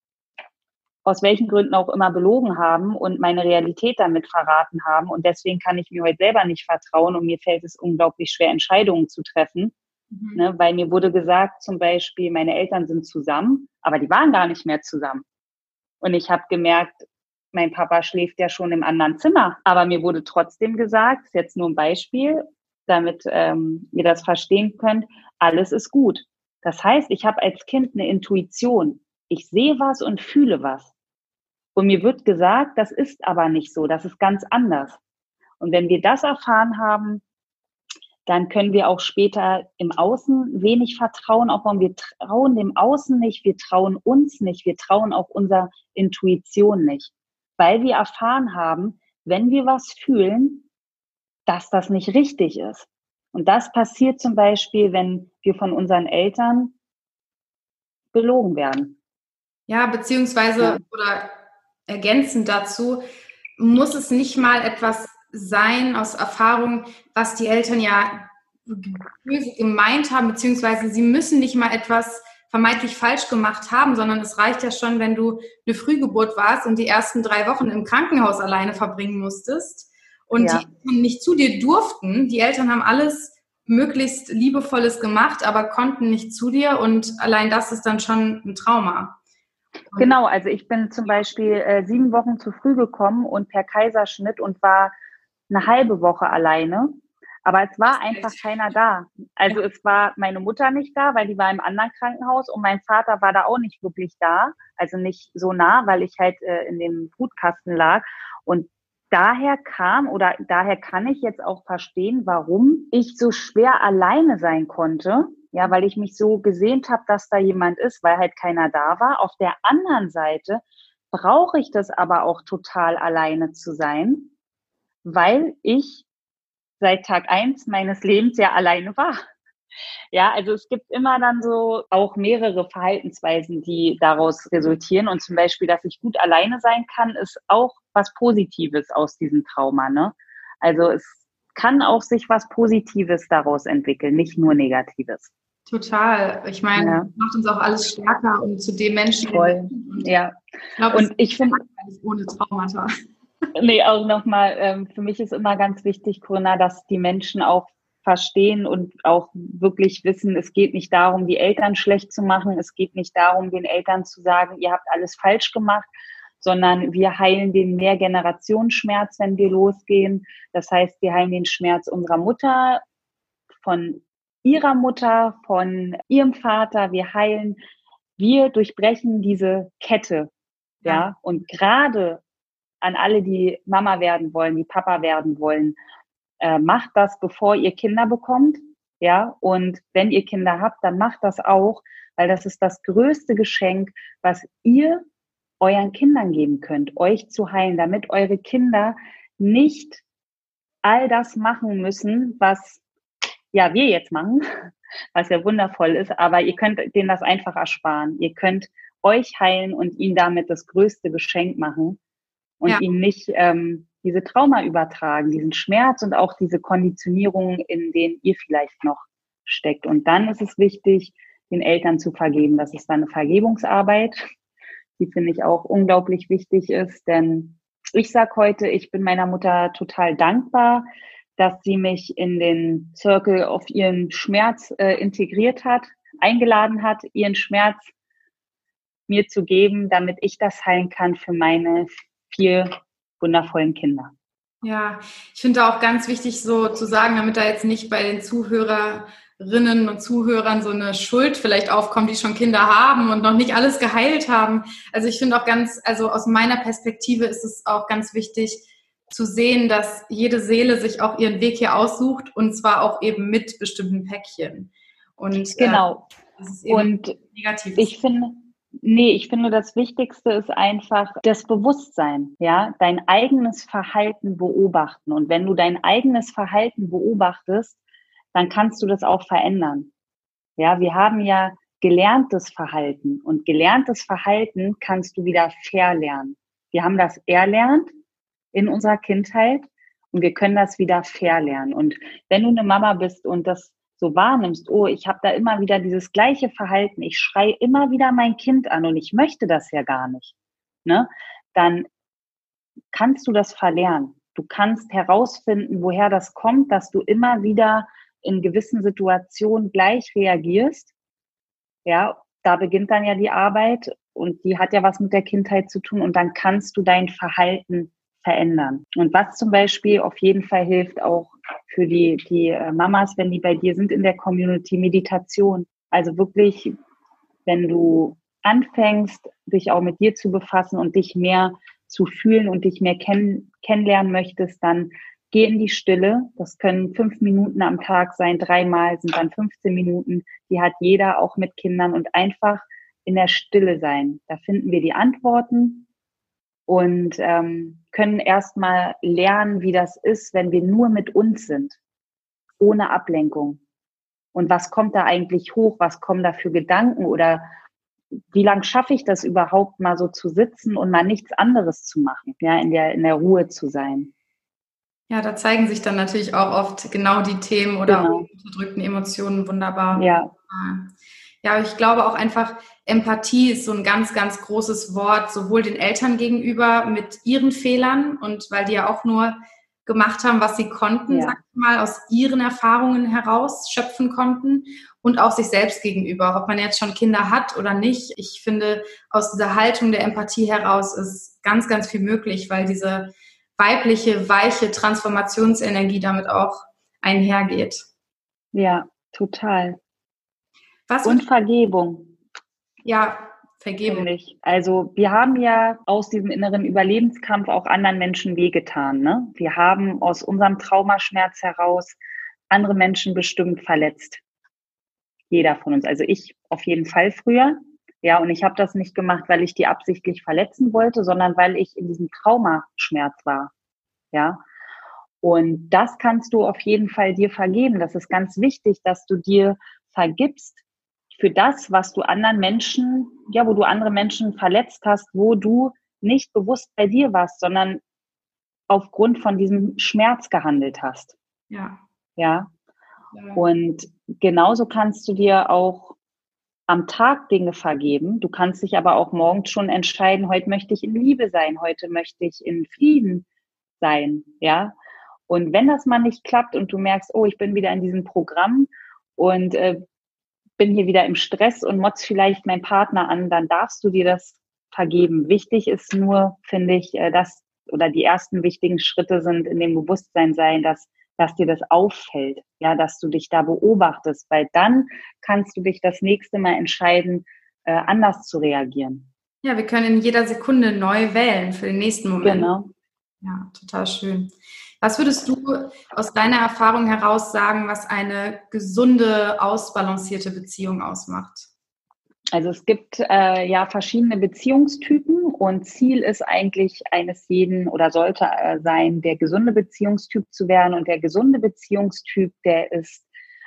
S2: aus welchen Gründen auch immer belogen haben und meine Realität damit verraten haben. Und deswegen kann ich mir heute selber nicht vertrauen und mir fällt es unglaublich schwer, Entscheidungen zu treffen. Ne, weil mir wurde gesagt, zum Beispiel, meine Eltern sind zusammen, aber die waren gar nicht mehr zusammen. Und ich habe gemerkt, mein Papa schläft ja schon im anderen Zimmer. Aber mir wurde trotzdem gesagt, ist jetzt nur ein Beispiel, damit ihr das verstehen könnt, alles ist gut. Das heißt, ich habe als Kind eine Intuition. Ich sehe was und fühle was. Und mir wird gesagt, das ist aber nicht so, das ist ganz anders. Und wenn wir das erfahren haben, dann können wir auch später im Außen wenig vertrauen, auch wenn wir trauen dem Außen nicht, wir trauen uns nicht, wir trauen auch unserer Intuition nicht, weil wir erfahren haben, wenn wir was fühlen, dass das nicht richtig ist. Und das passiert zum Beispiel, wenn wir von unseren Eltern belogen werden.
S1: Ja, beziehungsweise oder ergänzend dazu, muss es nicht mal etwas sein aus Erfahrung, was die Eltern ja böse gemeint haben, beziehungsweise sie müssen nicht mal etwas vermeintlich falsch gemacht haben, sondern es reicht ja schon, wenn du eine Frühgeburt warst und die ersten 3 Wochen im Krankenhaus alleine verbringen musstest und die Eltern nicht zu dir durften. Die Eltern haben alles möglichst Liebevolles gemacht, aber konnten nicht zu dir und allein das ist dann schon ein Trauma.
S2: Genau, also ich bin zum Beispiel 7 Wochen zu früh gekommen und per Kaiserschnitt und war eine halbe Woche alleine. Aber es war einfach keiner da. Also es war meine Mutter nicht da, weil die war im anderen Krankenhaus und mein Vater war da auch nicht wirklich da. Also nicht so nah, weil ich halt in dem Brutkasten lag. Und daher kann ich jetzt auch verstehen, warum ich so schwer alleine sein konnte. Ja, weil ich mich so gesehnt habe, dass da jemand ist, weil halt keiner da war. Auf der anderen Seite brauche ich das aber auch total alleine zu sein, weil ich seit Tag 1 meines Lebens ja alleine war. Ja, also es gibt immer dann so auch mehrere Verhaltensweisen, die daraus resultieren. Und zum Beispiel, dass ich gut alleine sein kann, ist auch was Positives aus diesem Trauma, ne? Also es kann auch sich was Positives daraus entwickeln, nicht nur Negatives.
S1: Total. Ich meine, das macht uns auch alles stärker und zu dem Menschen.
S2: Voll, ja.
S1: Ich glaube,
S2: und ich finde
S1: ohne Traumata.
S2: Nee, auch nochmal, für mich ist immer ganz wichtig, Corinna, dass die Menschen auch verstehen und auch wirklich wissen, es geht nicht darum, die Eltern schlecht zu machen, es geht nicht darum, den Eltern zu sagen, ihr habt alles falsch gemacht, sondern wir heilen den Mehrgenerationsschmerz, wenn wir losgehen. Das heißt, wir heilen den Schmerz unserer Mutter, von ihrer Mutter, von ihrem Vater, wir durchbrechen diese Kette, ja, und gerade an alle, die Mama werden wollen, die Papa werden wollen, macht das, bevor ihr Kinder bekommt, ja, und wenn ihr Kinder habt, dann macht das auch, weil das ist das größte Geschenk, was ihr euren Kindern geben könnt, euch zu heilen, damit eure Kinder nicht all das machen müssen, was ja wir jetzt machen, was ja wundervoll ist, aber ihr könnt denen das einfach ersparen. Ihr könnt euch heilen und ihnen damit das größte Geschenk machen und ihnen nicht diese Trauma übertragen, diesen Schmerz und auch diese Konditionierung, in denen ihr vielleicht noch steckt. Und dann ist es wichtig, den Eltern zu vergeben. Das ist dann eine Vergebungsarbeit, die finde ich auch unglaublich wichtig ist, denn ich sage heute, ich bin meiner Mutter total dankbar, dass sie mich in den Circle auf ihren Schmerz integriert hat, eingeladen hat, ihren Schmerz mir zu geben, damit ich das heilen kann für meine 4 wundervollen Kinder.
S1: Ja, ich finde auch ganz wichtig so zu sagen, damit da jetzt nicht bei den Zuhörerinnen und Zuhörern so eine Schuld vielleicht aufkommt, die schon Kinder haben und noch nicht alles geheilt haben. Also ich finde auch also aus meiner Perspektive ist es auch ganz wichtig zu sehen, dass jede Seele sich auch ihren Weg hier aussucht und zwar auch eben mit bestimmten Päckchen. Und
S2: genau.
S1: Das ist eben
S2: und
S1: negativ.
S2: Ich finde, das Wichtigste ist einfach das Bewusstsein, ja, dein eigenes Verhalten beobachten. Und wenn du dein eigenes Verhalten beobachtest, dann kannst du das auch verändern. Ja, wir haben ja gelerntes Verhalten und gelerntes Verhalten kannst du wieder verlernen. Wir haben das erlernt in unserer Kindheit und wir können das wieder verlernen. Und wenn du eine Mama bist und das so wahrnimmst, oh, ich habe da immer wieder dieses gleiche Verhalten, ich schreie immer wieder mein Kind an und ich möchte das ja gar nicht, ne? Dann kannst du das verlernen. Du kannst herausfinden, woher das kommt, dass du immer wieder in gewissen Situationen gleich reagierst. Ja, da beginnt dann ja die Arbeit und die hat ja was mit der Kindheit zu tun und dann kannst du dein Verhalten verändern. Und was zum Beispiel auf jeden Fall hilft, auch für die Mamas, wenn die bei dir sind in der Community, Meditation. Also wirklich, wenn du anfängst, dich auch mit dir zu befassen und dich mehr zu fühlen und dich mehr kennenlernen möchtest, dann geh in die Stille. Das können 5 Minuten am Tag sein, 3-mal sind dann 15 Minuten. Die hat jeder, auch mit Kindern, und einfach in der Stille sein. Da finden wir die Antworten und können erstmal lernen, wie das ist, wenn wir nur mit uns sind, ohne Ablenkung. Und was kommt da eigentlich hoch? Was kommen da für Gedanken? Oder wie lange schaffe ich das überhaupt, mal so zu sitzen und mal nichts anderes zu machen, ja, in der Ruhe zu sein?
S1: Ja, da zeigen sich dann natürlich auch oft genau die Themen oder
S2: Genau.
S1: unterdrückten Emotionen wunderbar.
S2: Ja.
S1: Ja, ich glaube auch einfach, Empathie ist so ein ganz, ganz großes Wort, sowohl den Eltern gegenüber mit ihren Fehlern und weil die ja auch nur gemacht haben, was sie konnten, sag ich mal, aus ihren Erfahrungen heraus schöpfen konnten und auch sich selbst gegenüber, ob man jetzt schon Kinder hat oder nicht. Ich finde, aus dieser Haltung der Empathie heraus ist ganz, ganz viel möglich, weil diese weibliche, weiche Transformationsenergie damit auch einhergeht.
S2: Ja, total.
S1: Was
S2: Und Vergebung.
S1: Ja, Vergebung.
S2: Finde ich. Also wir haben ja aus diesem inneren Überlebenskampf auch anderen Menschen wehgetan. Ne? Wir haben aus unserem Traumaschmerz heraus andere Menschen bestimmt verletzt. Jeder von uns. Also ich auf jeden Fall früher. Ja, und ich habe das nicht gemacht, weil ich die absichtlich verletzen wollte, sondern weil ich in diesem Traumaschmerz war. Ja. Und das kannst du auf jeden Fall dir vergeben. Das ist ganz wichtig, dass du dir vergibst für das, was du anderen Menschen, ja, wo du andere Menschen verletzt hast, wo du nicht bewusst bei dir warst, sondern aufgrund von diesem Schmerz gehandelt hast.
S1: Ja.
S2: Ja. Und genauso kannst du dir auch am Tag Dinge vergeben. Du kannst dich aber auch morgens schon entscheiden, heute möchte ich in Liebe sein, heute möchte ich in Frieden sein, ja. Und wenn das mal nicht klappt und du merkst, oh, ich bin wieder in diesem Programm und bin hier wieder im Stress und motz vielleicht meinen Partner an, dann darfst du dir das vergeben. Wichtig ist nur, finde ich, dass, oder die ersten wichtigen Schritte sind in dem Bewusstsein sein, dass dir das auffällt, ja, dass du dich da beobachtest, weil dann kannst du dich das nächste Mal entscheiden, anders zu reagieren.
S1: Ja, wir können in jeder Sekunde neu wählen für den nächsten Moment.
S2: Genau.
S1: Ja, total schön. Was würdest du aus deiner Erfahrung heraus sagen, was eine gesunde, ausbalancierte Beziehung ausmacht?
S2: Also es gibt ja verschiedene Beziehungstypen und Ziel ist eigentlich eines jeden oder sollte sein, der gesunde Beziehungstyp zu werden. Und der gesunde Beziehungstyp, der ist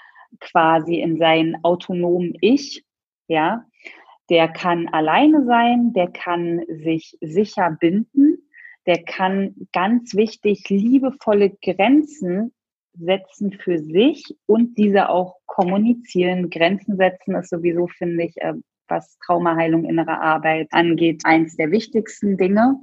S2: quasi in seinem autonomen Ich, ja. Der kann alleine sein, der kann sich sicher binden, der kann ganz wichtig liebevolle Grenzen setzen für sich und diese auch kommunizieren. Grenzen setzen ist sowieso, finde ich, was Traumaheilung, innere Arbeit angeht, eins der wichtigsten Dinge.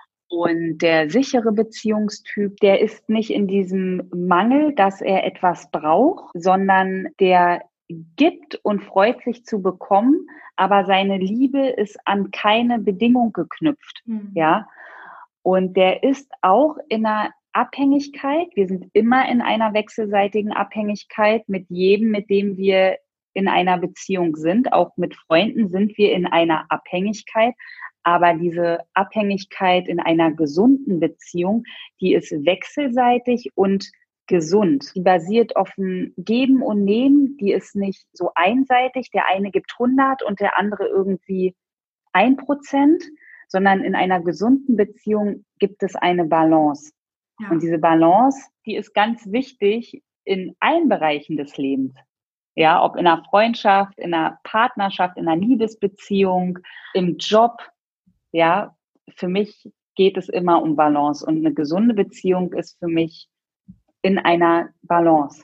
S2: Und der sichere Beziehungstyp, der ist nicht in diesem Mangel, dass er etwas braucht, sondern der gibt und freut sich zu bekommen, aber seine Liebe ist an keine Bedingung geknüpft, ja. Und der ist auch in einer Abhängigkeit. Wir sind immer in einer wechselseitigen Abhängigkeit mit jedem, mit dem wir in einer Beziehung sind. Auch mit Freunden sind wir in einer Abhängigkeit. Aber diese Abhängigkeit in einer gesunden Beziehung, die ist wechselseitig und gesund. Die basiert auf dem Geben und Nehmen. Die ist nicht so einseitig. Der eine gibt 100 und der andere irgendwie 1%, sondern in einer gesunden Beziehung gibt es eine Balance. Ja. Und diese Balance, die ist ganz wichtig in allen Bereichen des Lebens. Ja, ob in einer Freundschaft, in einer Partnerschaft, in einer Liebesbeziehung, im Job. Ja, für mich geht es immer um Balance. Und eine gesunde Beziehung ist für mich in einer Balance.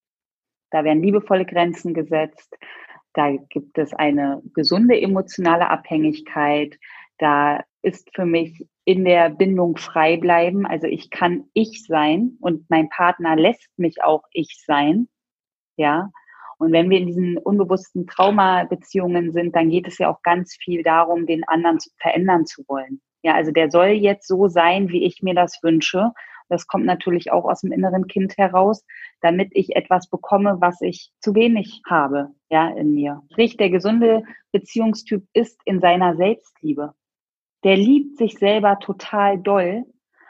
S2: Da werden liebevolle Grenzen gesetzt. Da gibt es eine gesunde emotionale Abhängigkeit. Da ist für mich in der Bindung frei bleiben. Also ich kann ich sein und mein Partner lässt mich auch ich sein. Ja. Und wenn wir in diesen unbewussten Traumabeziehungen sind, dann geht es ja auch ganz viel darum, den anderen verändern zu wollen. Ja, also der soll jetzt so sein, wie ich mir das wünsche. Das kommt natürlich auch aus dem inneren Kind heraus, damit ich etwas bekomme, was ich zu wenig habe, ja, in mir. Sprich, der gesunde Beziehungstyp ist in seiner Selbstliebe. Der liebt sich selber total doll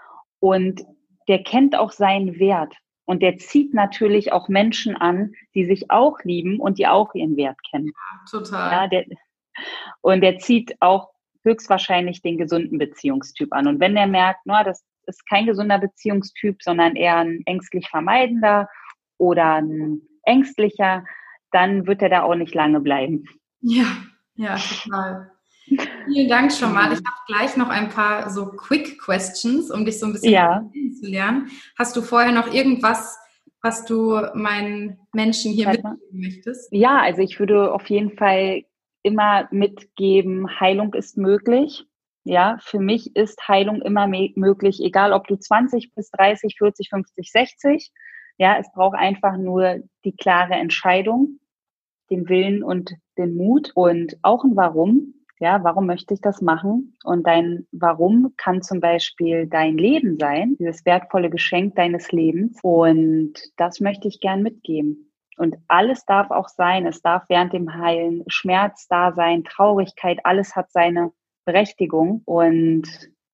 S2: und der kennt auch seinen Wert. Und der zieht natürlich auch Menschen an, die sich auch lieben und die auch ihren Wert kennen.
S1: Total.
S2: Ja, und der zieht auch höchstwahrscheinlich den gesunden Beziehungstyp an. Und wenn der merkt, na, das ist kein gesunder Beziehungstyp, sondern eher ein ängstlich vermeidender oder ein ängstlicher, dann wird er da auch nicht lange bleiben.
S1: Ja, ja, total. Vielen Dank schon mal. Ich habe gleich noch ein paar so Quick Questions, um dich so ein bisschen kennenzulernen. Hast du vorher noch irgendwas, was du meinen Menschen hier mitgeben möchtest?
S2: Ja, also ich würde auf jeden Fall immer mitgeben, Heilung ist möglich. Ja, für mich ist Heilung immer möglich, egal ob du 20 bis 30, 40, 50, 60. Ja, es braucht einfach nur die klare Entscheidung, den Willen und den Mut und auch ein Warum. Ja, warum möchte ich das machen? Und dein Warum kann zum Beispiel dein Leben sein, dieses wertvolle Geschenk deines Lebens. Und das möchte ich gern mitgeben. Und alles darf auch sein. Es darf während dem Heilen Schmerz da sein, Traurigkeit, alles hat seine Berechtigung. Und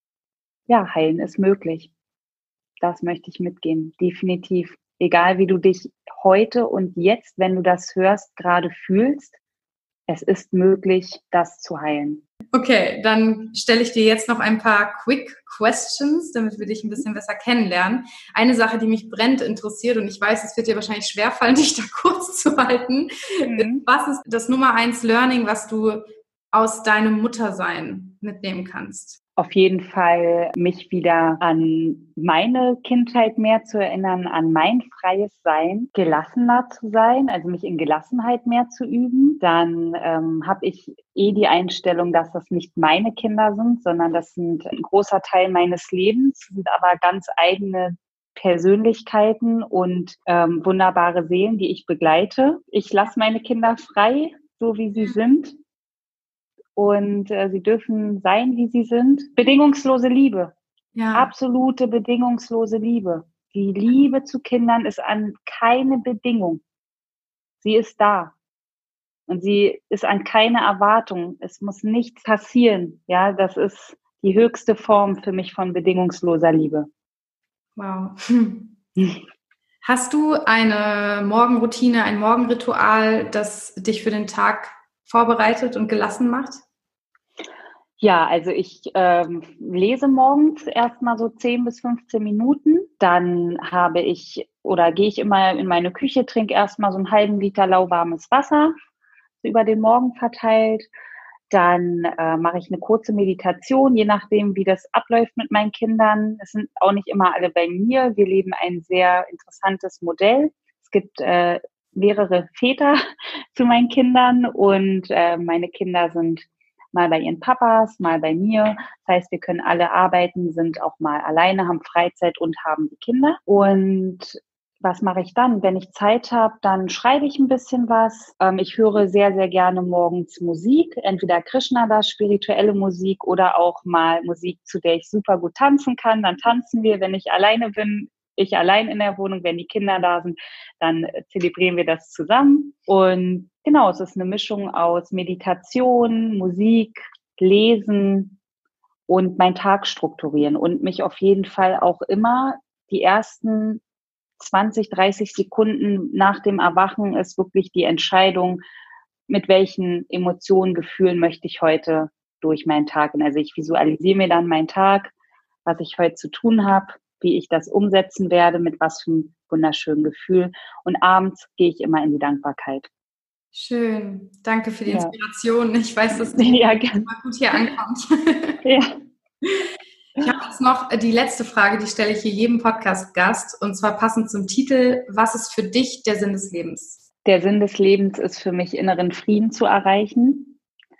S2: ja, heilen ist möglich. Das möchte ich mitgeben, definitiv. Egal wie du dich heute und jetzt, wenn du das hörst, gerade fühlst, es ist möglich, das zu heilen.
S1: Okay, dann stelle ich dir jetzt noch ein paar Quick Questions, damit wir dich ein bisschen besser kennenlernen. Eine Sache, die mich brennend interessiert, und ich weiß, es wird dir wahrscheinlich schwerfallen, dich da kurz zu halten. Was ist das Nummer 1 Learning, was du aus deinem Muttersein mitnehmen kannst?
S2: Auf jeden Fall mich wieder an meine Kindheit mehr zu erinnern, an mein freies Sein, gelassener zu sein, also mich in Gelassenheit mehr zu üben. Dann habe ich die Einstellung, dass das nicht meine Kinder sind, sondern das sind ein großer Teil meines Lebens, sind aber ganz eigene Persönlichkeiten und wunderbare Seelen, die ich begleite. Ich lasse meine Kinder frei, so wie sie sind. Und sie dürfen sein, wie sie sind. Bedingungslose Liebe. Ja. Absolute bedingungslose Liebe. Die Liebe zu Kindern ist an keine Bedingung. Sie ist da. Und sie ist an keine Erwartung. Es muss nichts passieren. Ja, das ist die höchste Form für mich von bedingungsloser Liebe.
S1: Wow. Hast du eine Morgenroutine, ein Morgenritual, das dich für den Tag vorbereitet und gelassen macht?
S2: Ja, also ich lese morgens erstmal so 10 bis 15 Minuten. Dann gehe ich immer in meine Küche, trinke erstmal so einen halben Liter lauwarmes Wasser, so über den Morgen verteilt. Dann mache ich eine kurze Meditation, je nachdem, wie das abläuft mit meinen Kindern. Es sind auch nicht immer alle bei mir. Wir leben ein sehr interessantes Modell. Es gibt mehrere Väter zu meinen Kindern und meine Kinder sind mal bei ihren Papas, mal bei mir. Das heißt, wir können alle arbeiten, sind auch mal alleine, haben Freizeit und haben die Kinder. Und was mache ich dann? Wenn ich Zeit habe, dann schreibe ich ein bisschen was. Ich höre sehr, sehr gerne morgens Musik, entweder Krishna, spirituelle Musik oder auch mal Musik, zu der ich super gut tanzen kann. Dann tanzen wir, wenn ich alleine bin, ich allein in der Wohnung, wenn die Kinder da sind, dann zelebrieren wir das zusammen. Und genau, es ist eine Mischung aus Meditation, Musik, Lesen und meinen Tag strukturieren und mich auf jeden Fall auch immer die ersten 20, 30 Sekunden nach dem Erwachen ist wirklich die Entscheidung, mit welchen Emotionen, Gefühlen möchte ich heute durch meinen Tag gehen. Also ich visualisiere mir dann meinen Tag, was ich heute zu tun habe, wie ich das umsetzen werde, mit was für einem wunderschönen Gefühl. Und abends gehe ich immer in die Dankbarkeit.
S1: Schön. Danke für die Inspiration. Ich weiß, dass die immer gut hier ankommt. Ja. Ich habe jetzt noch die letzte Frage, die stelle ich hier jedem Podcast-Gast, und zwar passend zum Titel: Was ist für dich der Sinn des Lebens?
S2: Der Sinn des Lebens ist für mich, inneren Frieden zu erreichen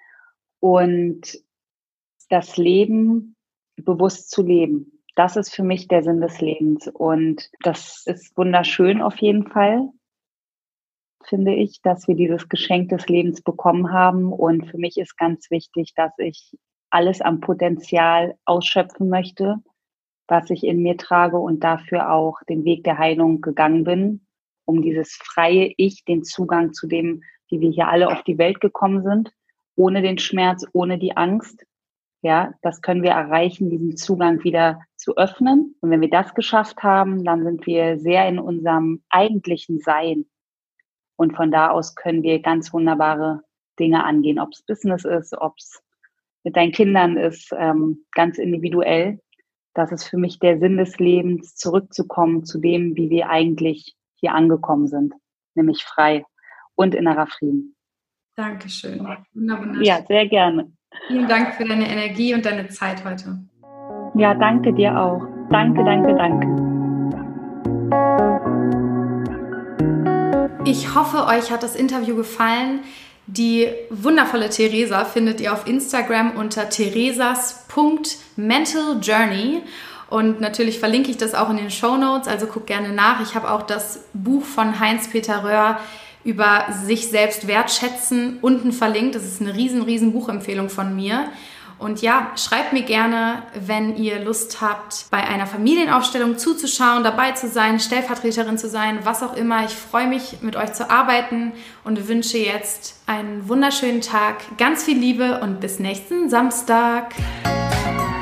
S2: und das Leben bewusst zu leben. Das ist für mich der Sinn des Lebens und das ist wunderschön auf jeden Fall. finde ich, dass wir dieses Geschenk des Lebens bekommen haben. Und für mich ist ganz wichtig, dass ich alles am Potenzial ausschöpfen möchte, was ich in mir trage und dafür auch den Weg der Heilung gegangen bin, um dieses freie Ich, den Zugang zu dem, wie wir hier alle auf die Welt gekommen sind, ohne den Schmerz, ohne die Angst. Ja, das können wir erreichen, diesen Zugang wieder zu öffnen. Und wenn wir das geschafft haben, dann sind wir sehr in unserem eigentlichen Sein. Und von da aus können wir ganz wunderbare Dinge angehen, ob es Business ist, ob es mit deinen Kindern ist, ganz individuell. Das ist für mich der Sinn des Lebens, zurückzukommen zu dem, wie wir eigentlich hier angekommen sind, nämlich frei und innerer Frieden.
S1: Dankeschön. Wunderbar.
S2: Ja, sehr gerne.
S1: Vielen Dank für deine Energie und deine Zeit heute.
S2: Ja, danke dir auch. Danke, danke, danke.
S1: Ich hoffe, euch hat das Interview gefallen. Die wundervolle Theresa findet ihr auf Instagram unter theresas.mentaljourney. Und natürlich verlinke ich das auch in den Shownotes, also guckt gerne nach. Ich habe auch das Buch von Heinz-Peter Röhr über sich selbst wertschätzen unten verlinkt. Das ist eine riesen Buchempfehlung von mir. Und ja, schreibt mir gerne, wenn ihr Lust habt, bei einer Familienaufstellung zuzuschauen, dabei zu sein, Stellvertreterin zu sein, was auch immer. Ich freue mich, mit euch zu arbeiten und wünsche jetzt einen wunderschönen Tag, ganz viel Liebe und bis nächsten Samstag.